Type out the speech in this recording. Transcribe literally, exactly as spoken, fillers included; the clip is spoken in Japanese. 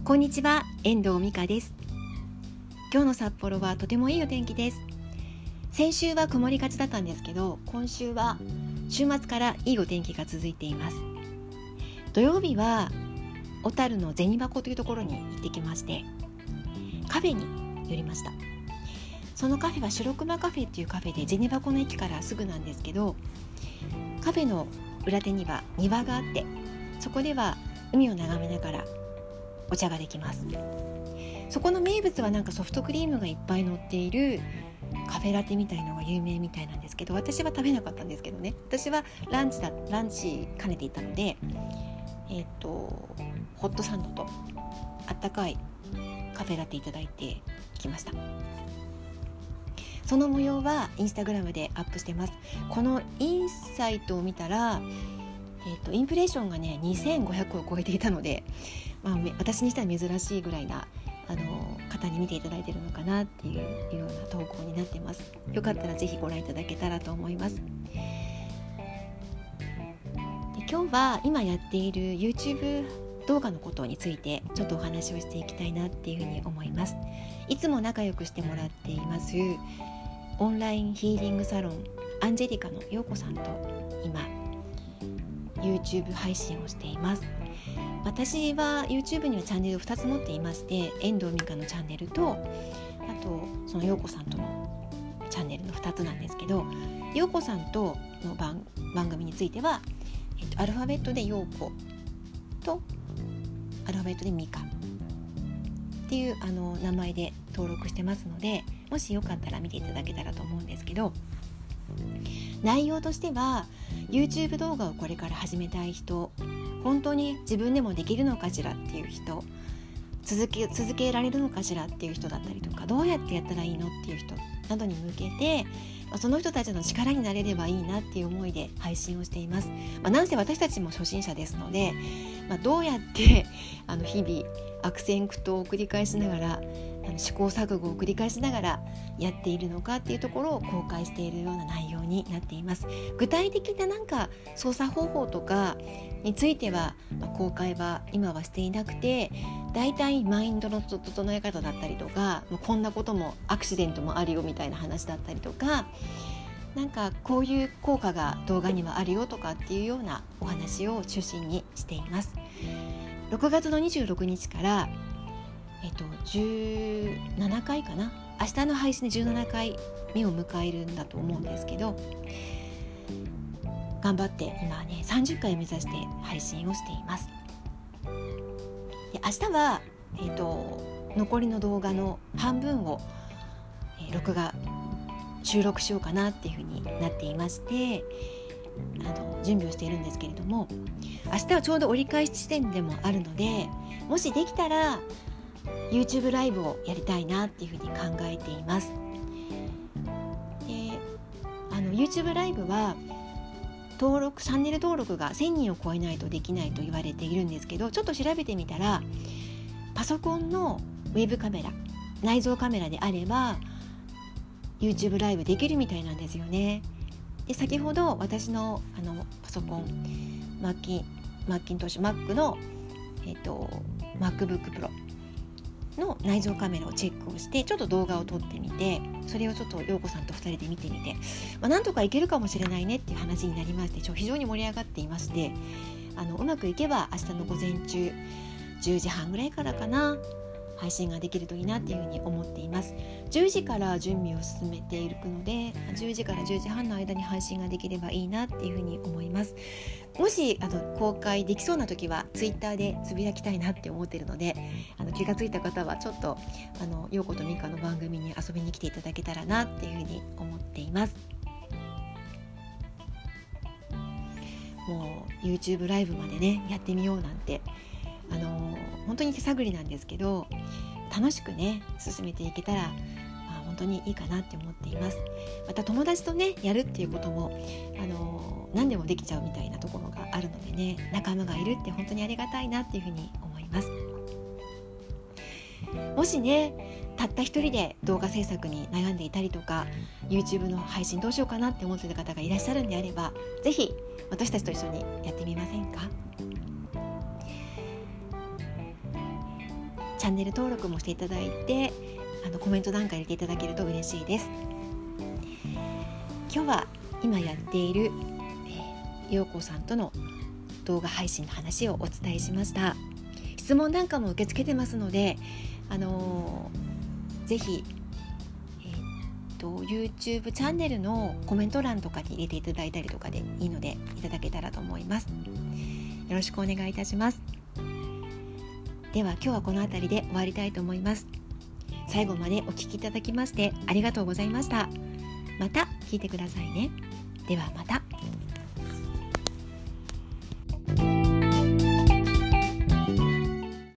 こんにちは、遠藤美香です。今日の札幌はとてもいいお天気です。先週は曇りがちだったんですけど、今週は週末からいいお天気が続いています。土曜日は小樽の銭箱というところに行ってきまして、カフェに寄りました。そのカフェは白熊カフェっていうカフェで、銭箱の駅からすぐなんですけど、カフェの裏手には庭があって、そこでは海を眺めながらお茶ができます。そこの名物はなんかソフトクリームがいっぱい乗っているカフェラテみたいのが有名みたいなんですけど、私は食べなかったんですけどね。私はランチだランチ兼ねていたので、えっとホットサンドとあったかいカフェラテいただいてきました。その模様はインスタグラムでアップしてます。このインサイトを見たら、えっとインプレッションがねにせんごひゃくを超えていたので、まあ、私にしては珍しいぐらいなあの方に見ていただいているのかなっていうような投稿になってます。よかったらぜひご覧いただけたらと思います。で、今日は今やっている YouTube 動画のことについてちょっとお話をしていきたいなっていうふうに思います。いつも仲良くしてもらっていますオンラインヒーリングサロンアンジェリカの陽子さんと今 YouTube 配信をしています。私は YouTube にはチャンネルをふたつ持っていまして、遠藤美香のチャンネルと、あとその陽子さんとのチャンネルのふたつなんですけど、陽子さんとの 番, 番組については、えっと、アルファベットで陽子とアルファベットで美香っていうあの名前で登録してますので、もしよかったら見ていただけたらと思うんですけど、内容としては YouTube 動画をこれから始めたい人、本当に自分でもできるのかしらっていう人、続け、続けられるのかしらっていう人だったりとか、どうやってやったらいいのっていう人などに向けて、その人たちの力になれればいいなっていう思いで配信をしています。まあ、なんせ私たちも初心者ですので、まあ、どうやってあの日々悪戦苦闘を繰り返しながら、あの試行錯誤を繰り返しながらやっているのかっていうところを公開しているような内容になっています。具体的ななんか操作方法とかについては、まあ、公開は今はしていなくて、だいたいマインドの整え方だったりとか、もうこんなこともアクシデントもあるよみたいな話だったりとか、なんかこういう効果が動画にはあるよとかっていうようなお話を中心にしています。ろくがつのにじゅうろくにちから、えっと、じゅうななかいかな、明日の配信でじゅうななかいめを迎えるんだと思うんですけど、頑張って今ねさんじゅっかい目指して配信をしています。で、明日は、えっと、残りの動画の半分を、えー、録画収録しようかなっていうふうになっていまして、あの準備をしているんですけれども、明日はちょうど折り返し地点でもあるので、もしできたら YouTube ライブをやりたいなっていうふうに考えています。で、あの YouTube ライブは登録チャンネル登録がせんにんを超えないとできないと言われているんですけど、ちょっと調べてみたら、パソコンのウェブカメラ、内蔵カメラであれば YouTube ライブできるみたいなんですよね。で、先ほど私のあのパソコンマッキンマッキントッシュ Mac の、えっと、MacBook Pro の内蔵カメラをチェックをして、ちょっと動画を撮ってみて、それをちょっと陽子さんとふたりで見てみて、まあ、なんとかいけるかもしれないねっていう話になりまして、ちょ非常に盛り上がっていまして、あのうまくいけば明日の午前中じゅうじはんぐらいからかな、配信ができるといいなっていうふうに思っています。じゅうじから準備を進めていくので、じゅうじからじゅうじはんの間に配信ができればいいなっていうふうに思います。もしあの公開できそうな時はツイッターでつぶやきたいなって思っているので、あの気がついた方はちょっとあの陽子と美香の番組に遊びに来ていただけたらなっていうふうに思っています。もう YouTube ライブまでねやってみようなんて、あの本当に手探りなんですけど、楽しくね進めていけたら、まあ、本当にいいかなって思っています。また友達とねやるっていうことも、あの何でもできちゃうみたいなところがあるのでね、仲間がいるって本当にありがたいなっていうふうに思います。もしねたった一人で動画制作に悩んでいたりとか、 YouTube の配信どうしようかなって思っている方がいらっしゃるんであれば、ぜひ私たちと一緒にやってみませんか。 チャンネル登録もしていただいて、あのコメント欄から入れていただけると嬉しいです。今日は今やっている、えー、陽子さんとの動画配信の話をお伝えしました。質問なんかも受け付けてますので、あのー、ぜひ、えー、と YouTube チャンネルのコメント欄とかに入れていただいたりとかでいいのでいただけたらと思います。よろしくお願いいたします。では今日はこの辺りで終わりたいと思います。最後までお聞きいただきましてありがとうございました。また聞いてくださいね。ではまた。